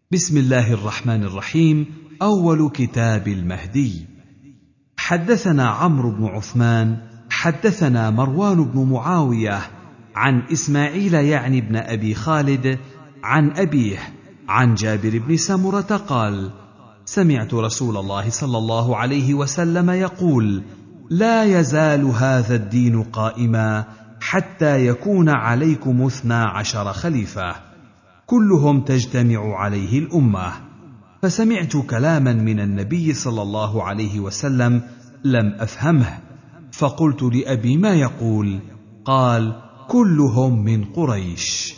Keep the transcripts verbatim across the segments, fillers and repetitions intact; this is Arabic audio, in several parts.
بسم الله الرحمن الرحيم. أول كتاب المهدي. حدثنا عمرو بن عثمان حدثنا مروان بن معاوية عن إسماعيل يعني بن أبي خالد عن أبيه عن جابر بن سمرة قال: سمعت رسول الله صلى الله عليه وسلم يقول: لا يزال هذا الدين قائما حتى يكون عليكم اثنا عشر خليفة كلهم تجتمع عليه الأمة. فسمعت كلاما من النبي صلى الله عليه وسلم لم أفهمه، فقلت لأبي: ما يقول؟ قال: كلهم من قريش.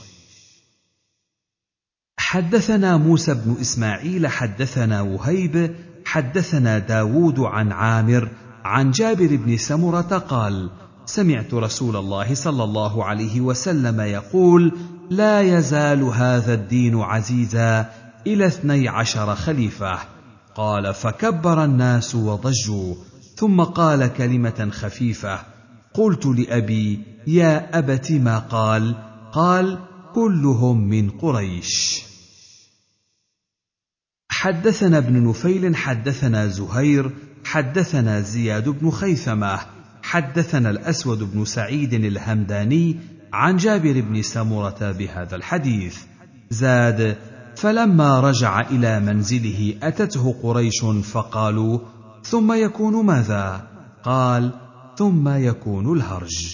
حدثنا موسى بن إسماعيل حدثنا وهيب حدثنا داود عن عامر عن جابر بن سمرة قال: سمعت رسول الله صلى الله عليه وسلم يقول: لا يزال هذا الدين عزيزا إلى اثني عشر خليفة. قال: فكبر الناس وضجوا، ثم قال كلمة خفيفة. قلت لأبي: يا أبت ما قال؟ قال: كلهم من قريش. حدثنا ابن نفيل حدثنا زهير حدثنا زياد بن خيثمة حدثنا الأسود بن سعيد الهمداني عن جابر بن سمرة بهذا الحديث. زاد: فلما رجع إلى منزله أتته قريش فقالوا: ثم يكون ماذا؟ قال: ثم يكون الهرج.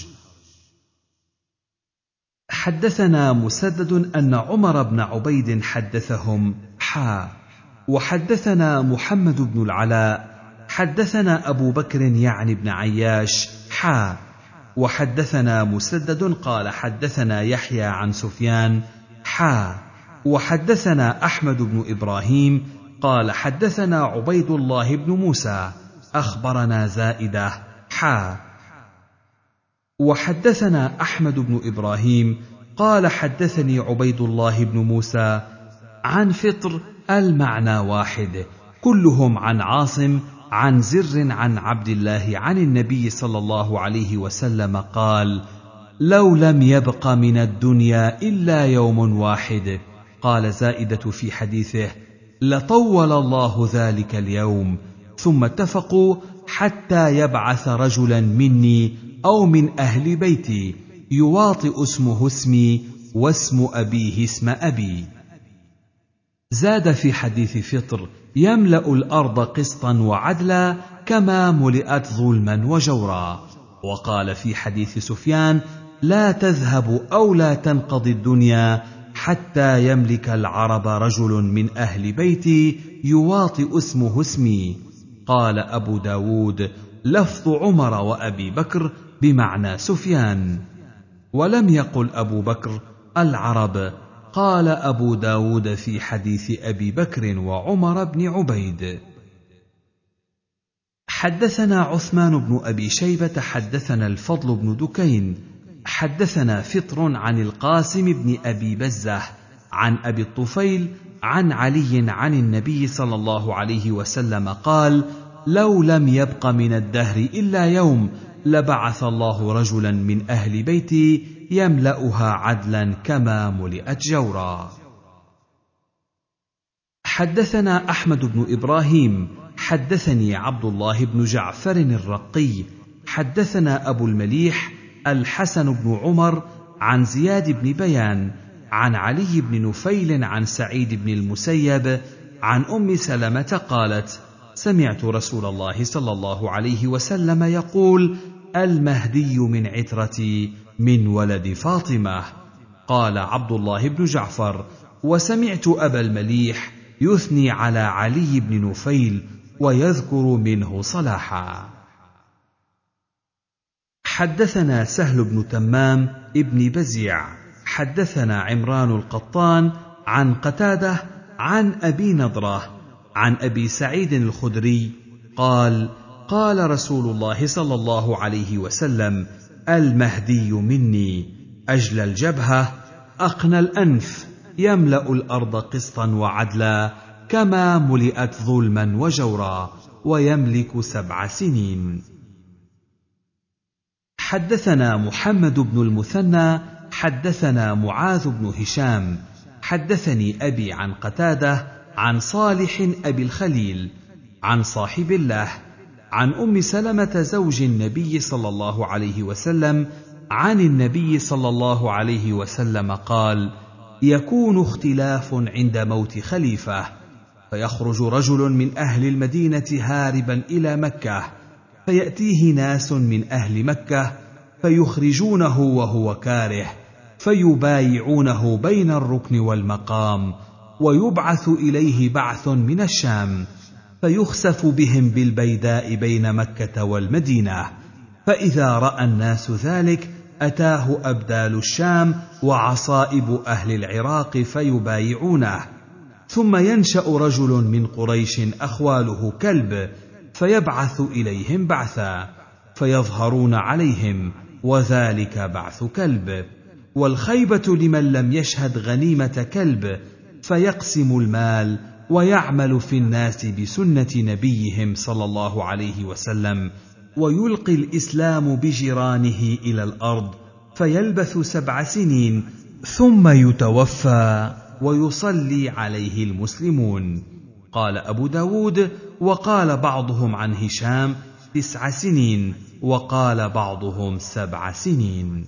حدثنا مسدد أن عمر بن عبيد حدثهم حا وحدثنا محمد بن العلاء حدثنا أبو بكر يعني بن عياش حا وحدثنا مسدد قال: حدثنا يحيى عن سفيان حا وحدثنا أحمد بن إبراهيم قال: حدثنا عبيد الله بن موسى أخبرنا زائدة حا وحدثنا أحمد بن إبراهيم قال: حدثني عبيد الله بن موسى عن فطر المعنى واحد، كلهم عن عاصم عن زر عن عبد الله عن النبي صلى الله عليه وسلم قال: لو لم يبق من الدنيا إلا يوم واحد. قال زائدة في حديثه: لطول الله ذلك اليوم. ثم اتفقوا حتى يبعث رجلا مني أو من أهل بيتي يواطئ اسمه اسمي واسم أبيه اسم أبي. زاد في حديث فطر: يملأ الأرض قسطا وعدلا كما ملئت ظلما وجورا. وقال في حديث سفيان: لا تذهب أو لا تنقضي الدنيا حتى يملك العرب رجل من أهل بيتي يواطئ اسمه اسمي. قال أبو داود: لفظ عمر وأبي بكر بمعنى سفيان. ولم يقل أبو بكر العرب. قال أبو داود في حديث أبي بكر وعمر بن عبيد. حدثنا عثمان بن أبي شيبة حدثنا الفضل بن دكين حدثنا فطر عن القاسم بن أبي بزة عن أبي الطفيل عن علي عن النبي صلى الله عليه وسلم قال: لو لم يبق من الدهر إلا يوم لبعث الله رجلا من أهل بيتي يملأها عدلا كما ملئت جورا. حدثنا أحمد بن إبراهيم حدثني عبد الله بن جعفر الرقي حدثنا أبو المليح الحسن بن عمر عن زياد بن بيان عن علي بن نفيل عن سعيد بن المسيب عن أم سلمة قالت: سمعت رسول الله صلى الله عليه وسلم يقول: المهدي من عترتي من ولد فاطمة. قال عبد الله بن جعفر: وسمعت أبا المليح يثني على علي بن نفيل ويذكر منه صلاحا. حدثنا سهل بن تمام ابن بزيع حدثنا عمران القطان عن قتادة عن أبي نضرة عن أبي سعيد الخدري قال: قال رسول الله صلى الله عليه وسلم: المهدي مني أجل الجبهة أقنى الأنف يملأ الأرض قسطا وعدلا كما ملئت ظلما وجورا ويملك سبع سنين. حدثنا محمد بن المثنى حدثنا معاذ بن هشام حدثني أبي عن قتادة عن صالح أبي الخليل عن صاحب الله عن أم سلمة زوج النبي صلى الله عليه وسلم عن النبي صلى الله عليه وسلم قال: يكون اختلاف عند موت خليفة، فيخرج رجل من أهل المدينة هاربا إلى مكة، فيأتيه ناس من أهل مكة فيخرجونه وهو كاره، فيبايعونه بين الركن والمقام، ويبعث إليه بعث من الشام، فيخسف بهم بالبيداء بين مكة والمدينة، فإذا رأى الناس ذلك أتاه أبدال الشام وعصائب أهل العراق فيبايعونه، ثم ينشأ رجل من قريش أخواله كلب، فيبعث إليهم بعثا، فيظهرون عليهم، وذلك بعث كلب. والخيبة لمن لم يشهد غنيمة كلب، فيقسم المال ويعمل في الناس بسنة نبيهم صلى الله عليه وسلم، ويلقي الإسلام بجيرانه إلى الأرض، فيلبث سبع سنين ثم يتوفى ويصلي عليه المسلمون. قال أبو داود: وقال بعضهم عن هشام تسع سنين، وقال بعضهم سبع سنين.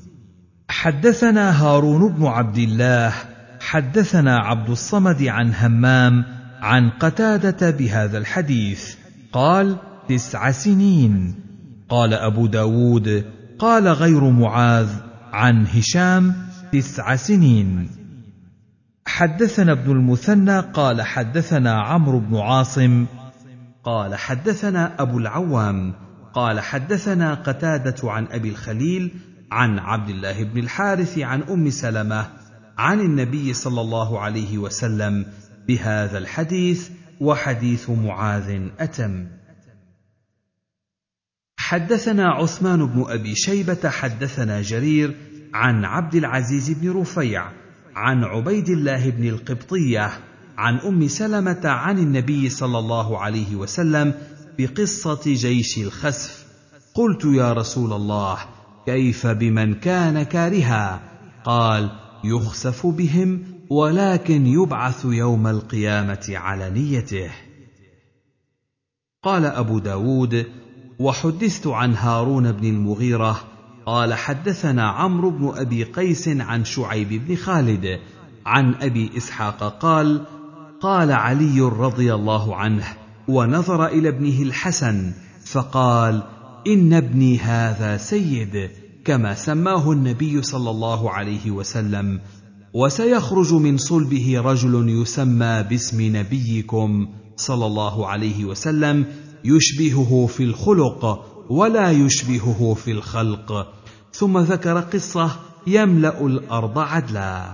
حدثنا هارون بن عبد الله حدثنا عبد الصمد عن همام عن قتادة بهذا الحديث قال: تسع سنين. قال أبو داود: قال غير معاذ عن هشام تسع سنين. حدثنا ابن المثنى قال حدثنا عمرو بن عاصم قال حدثنا أبو العوام قال حدثنا قتادة عن أبي الخليل عن عبد الله بن الحارث عن أم سلمة عن النبي صلى الله عليه وسلم بهذا الحديث، وحديث معاذ أتم. حدثنا عثمان بن أبي شيبة حدثنا جرير عن عبد العزيز بن رفيع عن عبيد الله بن القبطية عن أم سلمة عن النبي صلى الله عليه وسلم بقصة جيش الخسف. قلت: يا رسول الله، كيف بمن كان كارها؟ قال: يخسف بهم، ولكن يبعث يوم القيامة على نيته. قال أبو داود: وحدثت عن هارون بن المغيرة قال حدثنا عمرو بن أبي قيس عن شعيب بن خالد عن أبي إسحاق قال: قال علي رضي الله عنه ونظر إلى ابنه الحسن فقال: إن ابني هذا سيد كما سماه النبي صلى الله عليه وسلم، وسيخرج من صلبه رجل يسمى باسم نبيكم صلى الله عليه وسلم يشبهه في الخلق ولا يشبهه في الخلق. ثم ذكر قصة يملأ الأرض عدلا.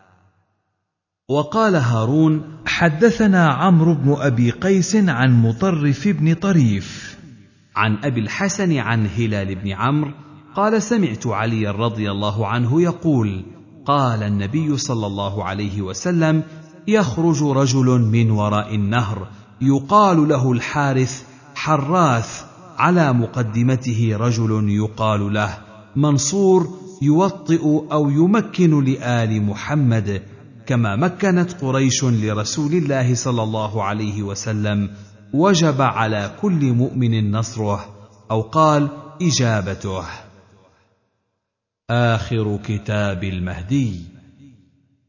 وقال هارون: حدثنا عمرو بن أبي قيس عن مطرف بن طريف عن أبي الحسن عن هلال بن عمرو قال: سمعت علي رضي الله عنه يقول: قال النبي صلى الله عليه وسلم: يخرج رجل من وراء النهر يقال له الحارث حراث، على مقدمته رجل يقال له منصور، يوطئ أو يمكن لآل محمد كما مكنت قريش لرسول الله صلى الله عليه وسلم، وجب على كل مؤمن نصره، أو قال إجابته. آخر كتاب المهدي.